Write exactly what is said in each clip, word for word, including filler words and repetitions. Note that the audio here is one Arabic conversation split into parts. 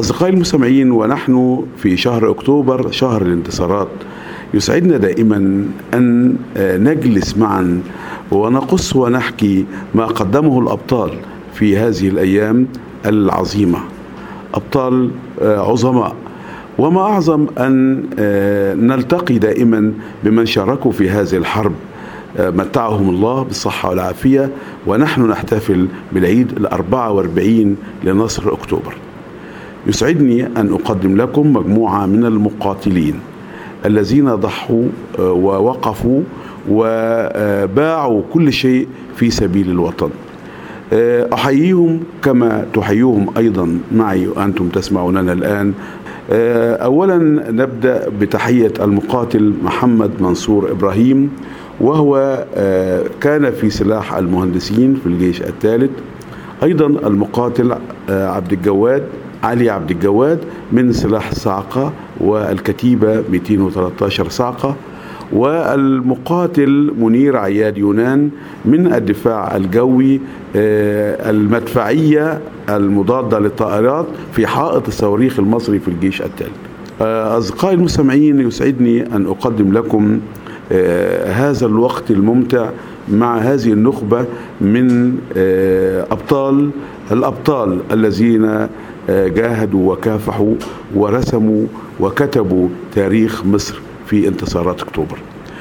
أصدقائي المستمعين، ونحن في شهر أكتوبر شهر الانتصارات، يسعدنا دائما أن نجلس معا ونقص ونحكي ما قدمه الأبطال في هذه الأيام العظيمة، أبطال عظماء. وما أعظم أن نلتقي دائما بمن شاركوا في هذه الحرب، متعهم الله بالصحة والعافية، ونحن نحتفل بالعيد الأربعة واربعين لنصر أكتوبر. يسعدني أن أقدم لكم مجموعة من المقاتلين الذين ضحوا ووقفوا وباعوا كل شيء في سبيل الوطن. أحييهم كما تحيوهم أيضا معي وأنتم تسمعوننا الآن. أولا نبدأ بتحية المقاتل محمد منصور إبراهيم، وهو كان في سلاح المهندسين في الجيش الثالث. أيضا المقاتل عبد الجواد علي عبد الجواد من سلاح الصاعقة والكتيبة مئتين وثلاثة عشر صاعقة. والمقاتل منير عياد يونان من الدفاع الجوي المدفعية المضادة للطائرات في حائط الصواريخ المصري في الجيش الثالث. أصدقائي المستمعين، يسعدني أن أقدم لكم هذا الوقت الممتع مع هذه النخبة من أبطال الأبطال الذين جاهدوا وكافحوا ورسموا وكتبوا تاريخ مصر في انتصارات أكتوبر.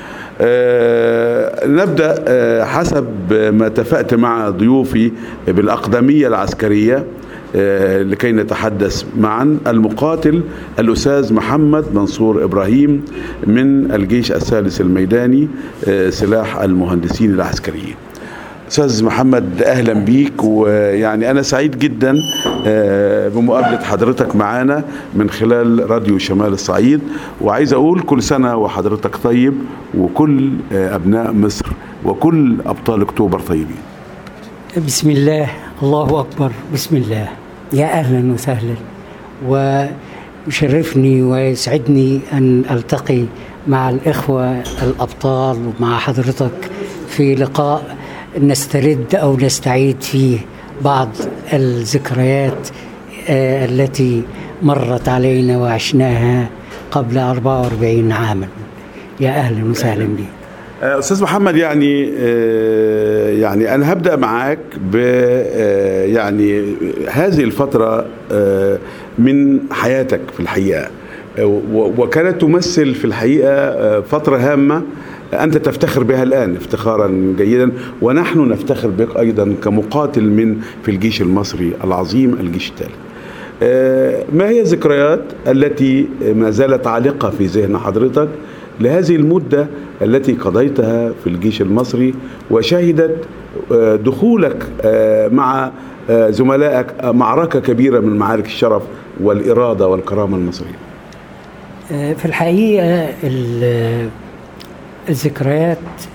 أه نبدأ أه حسب ما اتفقت مع ضيوفي بالأقدمية العسكرية أه لكي نتحدث معا. المقاتل الأستاذ محمد منصور إبراهيم من الجيش الثالث الميداني أه سلاح المهندسين العسكريين. أستاذ محمد، أهلا بيك، ويعني أنا سعيد جدا بمقابلة حضرتك معانا من خلال راديو شمال الصعيد، وعايز أقول كل سنة وحضرتك طيب، وكل أبناء مصر وكل أبطال أكتوبر طيبين. بسم الله، الله أكبر، بسم الله. يا أهلا وسهلا، ويشرفني ويسعدني أن ألتقي مع الإخوة الأبطال ومع حضرتك في لقاء نسترد أو نستعيد فيه بعض الذكريات آه التي مرت علينا وعشناها قبل أربعة وأربعين عاما. يا أهلا وسهلا بك. أستاذ محمد، يعني آه يعني أنا هبدأ معاك ب آه يعني هذه الفترة آه من حياتك في الحقيقة، وكانت تمثل في الحقيقة فترة هامة أنت تفتخر بها الآن افتخارا جيدا، ونحن نفتخر بك أيضا كمقاتل من في الجيش المصري العظيم الجيش الثالث. ما هي الذكريات التي ما زالت عالقة في ذهن حضرتك لهذه المدة التي قضيتها في الجيش المصري وشهدت دخولك مع زملائك معركة كبيرة من معارك الشرف والإرادة والكرامة المصرية؟ في الحقيقة الذكريات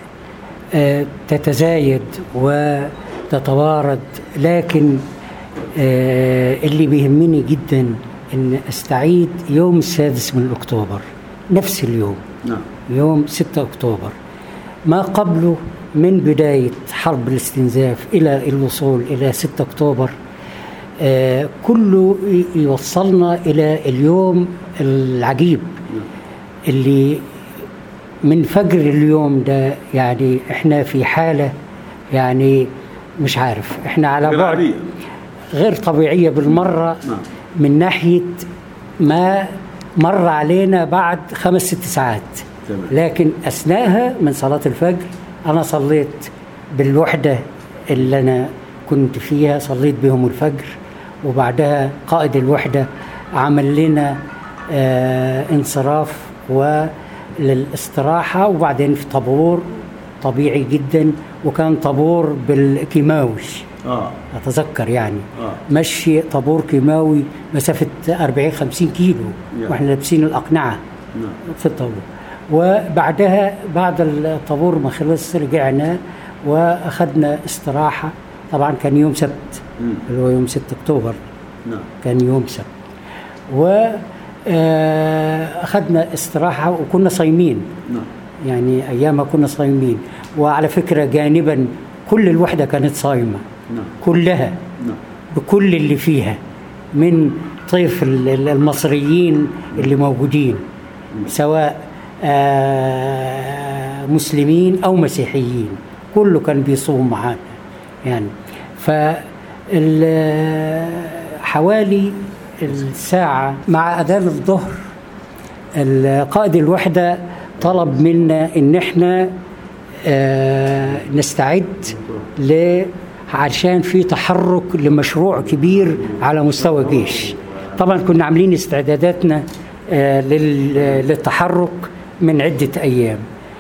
تتزايد وتتوارد، لكن اللي بيهمني جدا ان استعيد يوم السادس من اكتوبر، نفس اليوم، نعم. يوم ستة اكتوبر، ما قبله من بداية حرب الاستنزاف الى الوصول الى ستة اكتوبر، كله يوصلنا الى اليوم العجيب اللي من فجر اليوم ده. يعني احنا في حالة يعني مش عارف، احنا على بعد غير طبيعية بالمرة من ناحية ما مر علينا بعد خمس ست ساعات. لكن أثناءها من صلاة الفجر أنا صليت بالوحدة اللي أنا كنت فيها، صليت بهم الفجر، وبعدها قائد الوحدة عمل لنا آه انصراف وللاستراحة، وبعدين في طابور طبيعي جدا، وكان طابور بالكيماوي آه. أتذكر يعني آه. مشي طابور كيماوي مسافة أربعين خمسين كيلو yeah. وإحنا لابسين الأقنعة yeah. في الطابور. وبعدها بعد الطابور ما خلص رجعنا وأخذنا استراحة. طبعا كان يوم سبت mm. اللي هو يوم ستة أكتوبر no. كان يوم سبت، وأخذنا استراحة وكنا صايمين no. يعني أيامها كنا صايمين. وعلى فكرة جانبا كل الوحدة كانت صايمة no. كلها no. بكل اللي فيها، من طيف المصريين اللي موجودين، سواء مسلمين أو مسيحيين، كله كان بيصوم معانا يعني. فحوالي الساعة مع أذان الظهر القائد الوحدة طلب منا إن احنا نستعد ل عشان في تحرك لمشروع كبير على مستوى الجيش. طبعا كنا عاملين استعداداتنا للتحرك من عدة أيام،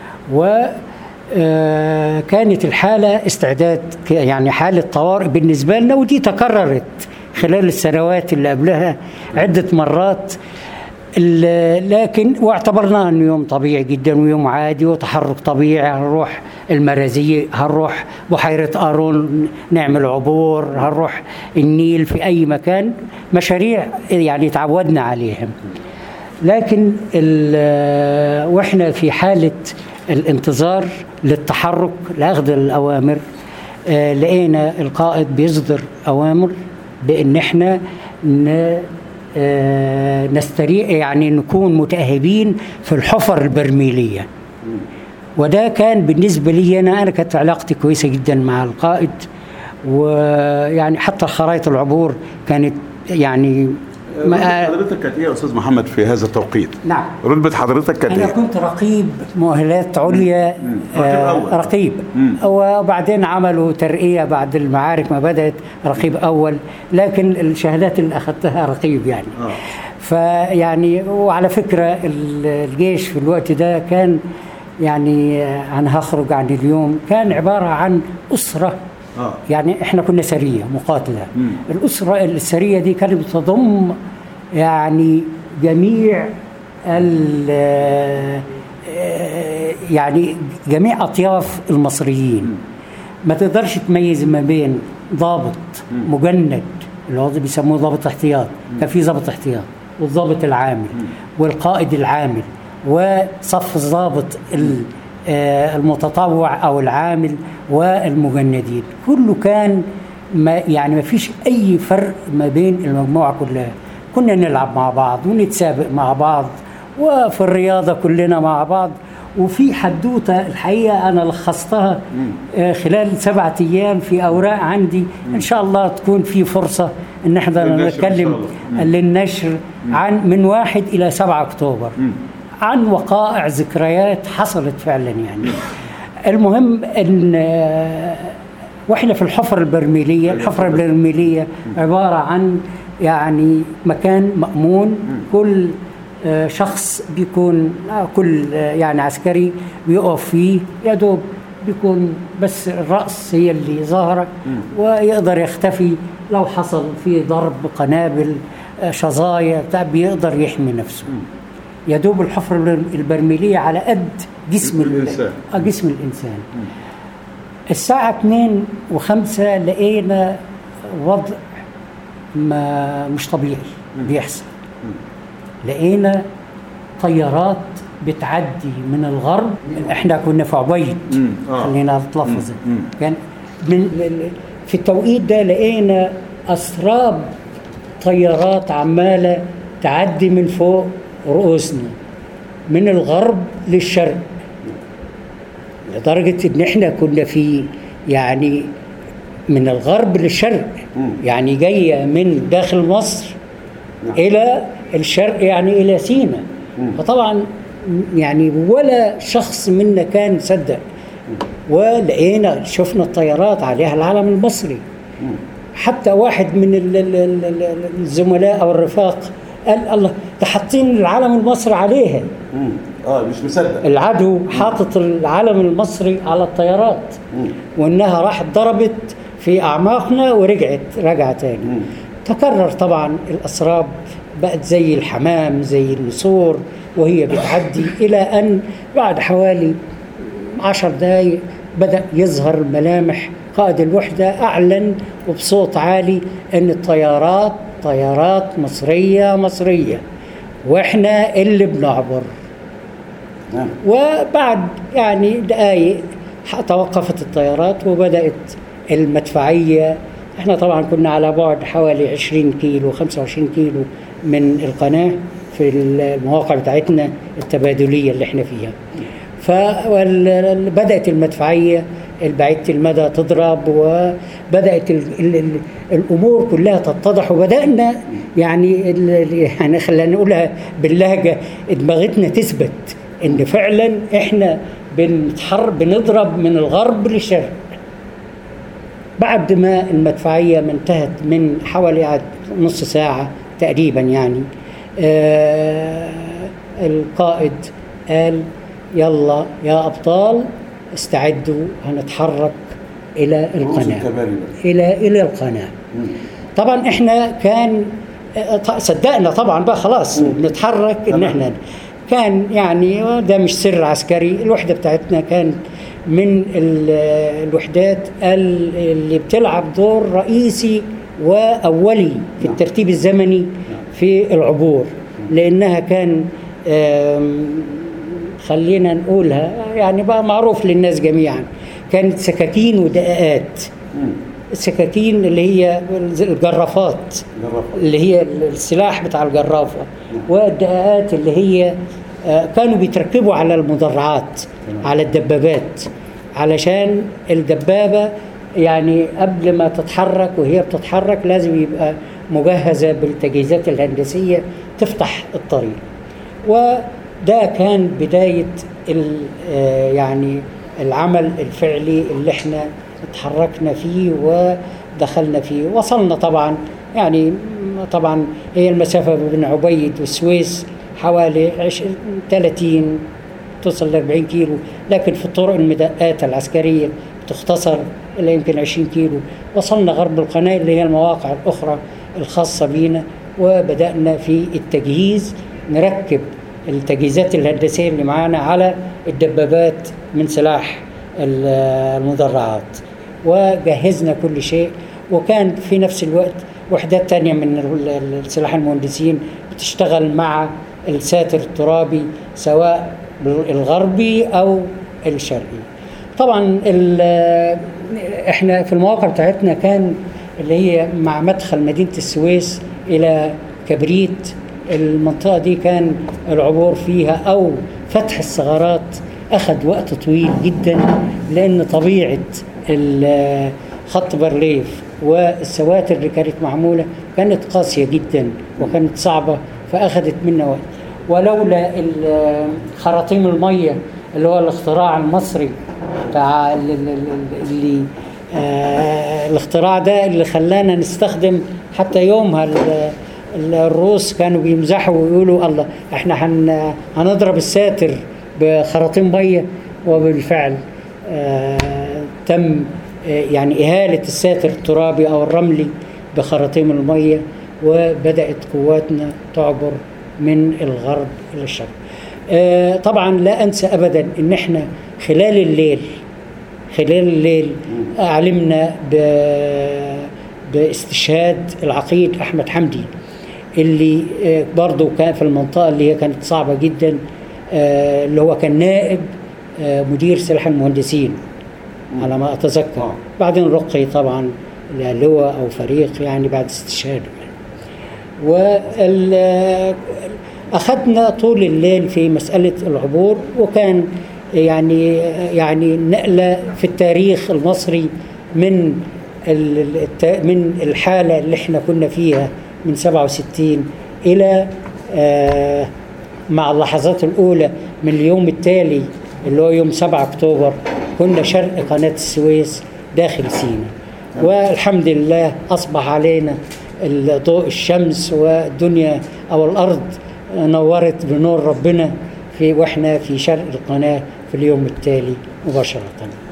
وكانت الحالة استعداد يعني حالة طوارئ بالنسبة لنا، ودي تكررت خلال السنوات اللي قبلها عدة مرات، لكن واعتبرناه انه يوم طبيعي جدا ويوم عادي وتحرك طبيعي. هنروح المرازية، هنروح بحيرة قارون نعمل عبور، هنروح النيل، في أي مكان، مشاريع يعني تعودنا عليها. لكن واحنا في حالة الانتظار للتحرك لأخذ الأوامر، لقينا القائد بيصدر أوامر بأن احنا نستريح يعني نكون متأهبين في الحفر البرميلية. وده كان بالنسبة لي أنا أنا كانت علاقتي كويسة جدا مع القائد، ويعني حتى خرائط العبور كانت يعني رتبة حضرتك كانت ايه يا استاذ محمد في هذا التوقيت؟ نعم، رتبة حضرتك كانت ايه؟ انا كنت رقيب مؤهلات عليا. مم. رقيب اول. رقيب مم. وبعدين عملوا ترقية بعد المعارك ما بدأت رقيب اول، لكن الشهادات اللي اخذتها رقيب يعني. آه. فيعني وعلى فكرة الجيش في الوقت ده كان يعني انا هخرج عن اليوم، كان عبارة عن أسرة. آه. يعني احنا كنا سرية مقاتلة. مم. الأسرة السرية دي كانت بتضم يعني جميع يعني جميع أطياف المصريين. مم. ما تقدرش تميز ما بين ضابط مم. مجند اللي هو بيسموه ضابط احتياط، كان في ضابط احتياط والضابط العامل مم. والقائد العامل وصف الضابط المتطوع أو العامل والمجندين، كله كان ما يعني ما فيش أي فرق ما بين المجموعة كلها. كنا نلعب مع بعض ونتسابق مع بعض، وفي الرياضة كلنا مع بعض. وفي حدوتة الحقيقة أنا لخصتها خلال سبعة أيام في أوراق عندي، إن شاء الله تكون في فرصة إن احنا نتكلم للنشر عن من واحد إلى سبعة أكتوبر عن وقائع ذكريات حصلت فعلا يعني. المهم ان واحنا في الحفر البرميليه، الحفره البرميليه عباره عن يعني مكان مأمون، كل شخص بيكون كل يعني عسكري بيقف فيه، يا دوب بيكون بس الرأس هي اللي ظاهره، ويقدر يختفي لو حصل في ضرب قنابل شظايا بيقدر يحمي نفسه. يا دوب الحفرة البرميلية على قد جسم الإنسان. جسم الإنسان. الساعة اثنين وخمسة لقينا وضع ما مش طبيعي بيحصل. لقينا طيارات بتعدي من الغرب. احنا كنا في عبيد، خلينا نتلفظ. كان من في التوقيت ده لقينا أسراب طيارات عمالة تعدي من فوق رؤوسنا من الغرب للشرق، لدرجة ان احنا كنا في يعني من الغرب للشرق، يعني جاية من داخل مصر الى الشرق يعني الى سيناء. فطبعا يعني ولا شخص منا كان صدق، ولقينا شفنا الطيارات عليها العلم المصري. حتى واحد من الزملاء او الرفاق قال الله ده حاطين العلم المصري عليها. امم اه مش مصدق العدو حاطط العلم المصري على الطيارات. مم. وانها راحت ضربت في اعماقنا ورجعت رجعه تاني. مم. تكرر طبعا الاسراب، بقت زي الحمام زي النسور وهي بتعدي، الى ان بعد حوالي عشر دقائق بدأ يظهر ملامح. قائد الوحدة أعلن وبصوت عالي أن الطيارات طيارات مصرية مصرية وإحنا اللي بنعبر. نعم. وبعد يعني دقائق توقفت الطيارات وبدأت المدفعية احنا طبعا كنا على بعد حوالي عشرين كيلو خمسة وعشرين كيلو من القناة في المواقع بتاعتنا التبادلية اللي احنا فيها. فبدأت المدفعية البعيدة المدى تضرب، وبدأت ال ال ال الأمور كلها تتضح، وبدأنا يعني يعني خلينا نقولها باللهجة دماغتنا تثبت إن فعلا إحنا بنتحر بنضرب من الغرب للشرق. بعد ما المدفعية ما انتهت من حوالي نص ساعة تقريبا يعني آه القائد قال يلا يا أبطال استعدوا هنتحرك إلى القناة إلى إلى القناة. طبعا إحنا كان صدقنا طبعا بقى خلاص نتحرك إن إحنا كان يعني ده مش سر عسكري. الوحدة بتاعتنا كان من الوحدات اللي بتلعب دور رئيسي وأولي في الترتيب الزمني في العبور، لأنها كان خلينا نقولها يعني بقى معروف للناس جميعا، كانت سكاكين ودقاقات. السكاكين اللي هي الجرافات اللي هي السلاح بتاع الجرافة، والدقاقات اللي هي كانوا بيتركبوا على المدرعات على الدبابات، علشان الدبابة يعني قبل ما تتحرك وهي بتتحرك لازم يبقى مجهزة بالتجهيزات الهندسية تفتح الطريق. وده كان بداية يعني العمل الفعلي اللي احنا اتحركنا فيه ودخلنا فيه. وصلنا طبعا يعني طبعا هي المسافة بين عبيد والسويس حوالي ثلاثين توصل ل أربعين كيلو، لكن في الطرق المدقات العسكرية بتختصر إلى يمكن عشرين كيلو. وصلنا غرب القناة اللي هي المواقع الأخرى الخاصة بينا، وبدأنا في التجهيز، نركب التجهيزات الهندسية اللي معانا على الدبابات من سلاح المدرعات، وجهزنا كل شيء. وكان في نفس الوقت وحدات تانية من السلاح المهندسين بتشتغل مع الساتر الترابي سواء الغربي أو الشرقي. طبعا احنا في المواقع بتاعتنا كان اللي هي مع مدخل مدينة السويس إلى كبريت، المنطقة دي كان العبور فيها أو فتح الثغرات أخذ وقت طويل جدا، لأن طبيعة خط بارليف والسواتر اللي كانت معمولة كانت قاسية جدا وكانت صعبة، فأخذت منا وقت. ولولا خراطيم المية اللي هو الاختراع المصري بتاع اللي آه الاختراع ده اللي خلانا نستخدم حتى يومها الروس كانوا بيمزحوا ويقولوا الله احنا هن هنضرب الساتر بخراطيم مية، وبالفعل آه تم آه يعني إهالة الساتر الترابي أو الرملي بخراطيم المية، وبدأت قواتنا تعبر من الغرب إلى الشرق. آه طبعا لا أنسى أبدا إن احنا خلال الليل خلال الليل علمنا باستشهاد العقيد أحمد حمدي، اللي برضو كان في المنطقة اللي هي كانت صعبة جدا، اللي هو كان نائب مدير سلاح المهندسين على ما أتذكر. بعدين رقي طبعا لواء أو فريق يعني بعد استشهاده. وأخذنا طول الليل في مسألة العبور، وكان يعني يعني نقلة في التاريخ المصري من من الحالة اللي احنا كنا فيها من سبعة وستين إلى مع اللحظات الأولى من اليوم التالي اللي هو يوم سبعة أكتوبر كنا شرق قناة السويس داخل سيناء. والحمد لله أصبح علينا ضوء الشمس، والدنيا أو الأرض نورت بنور ربنا في وإحنا في شرق القناة في اليوم التالي مباشرة.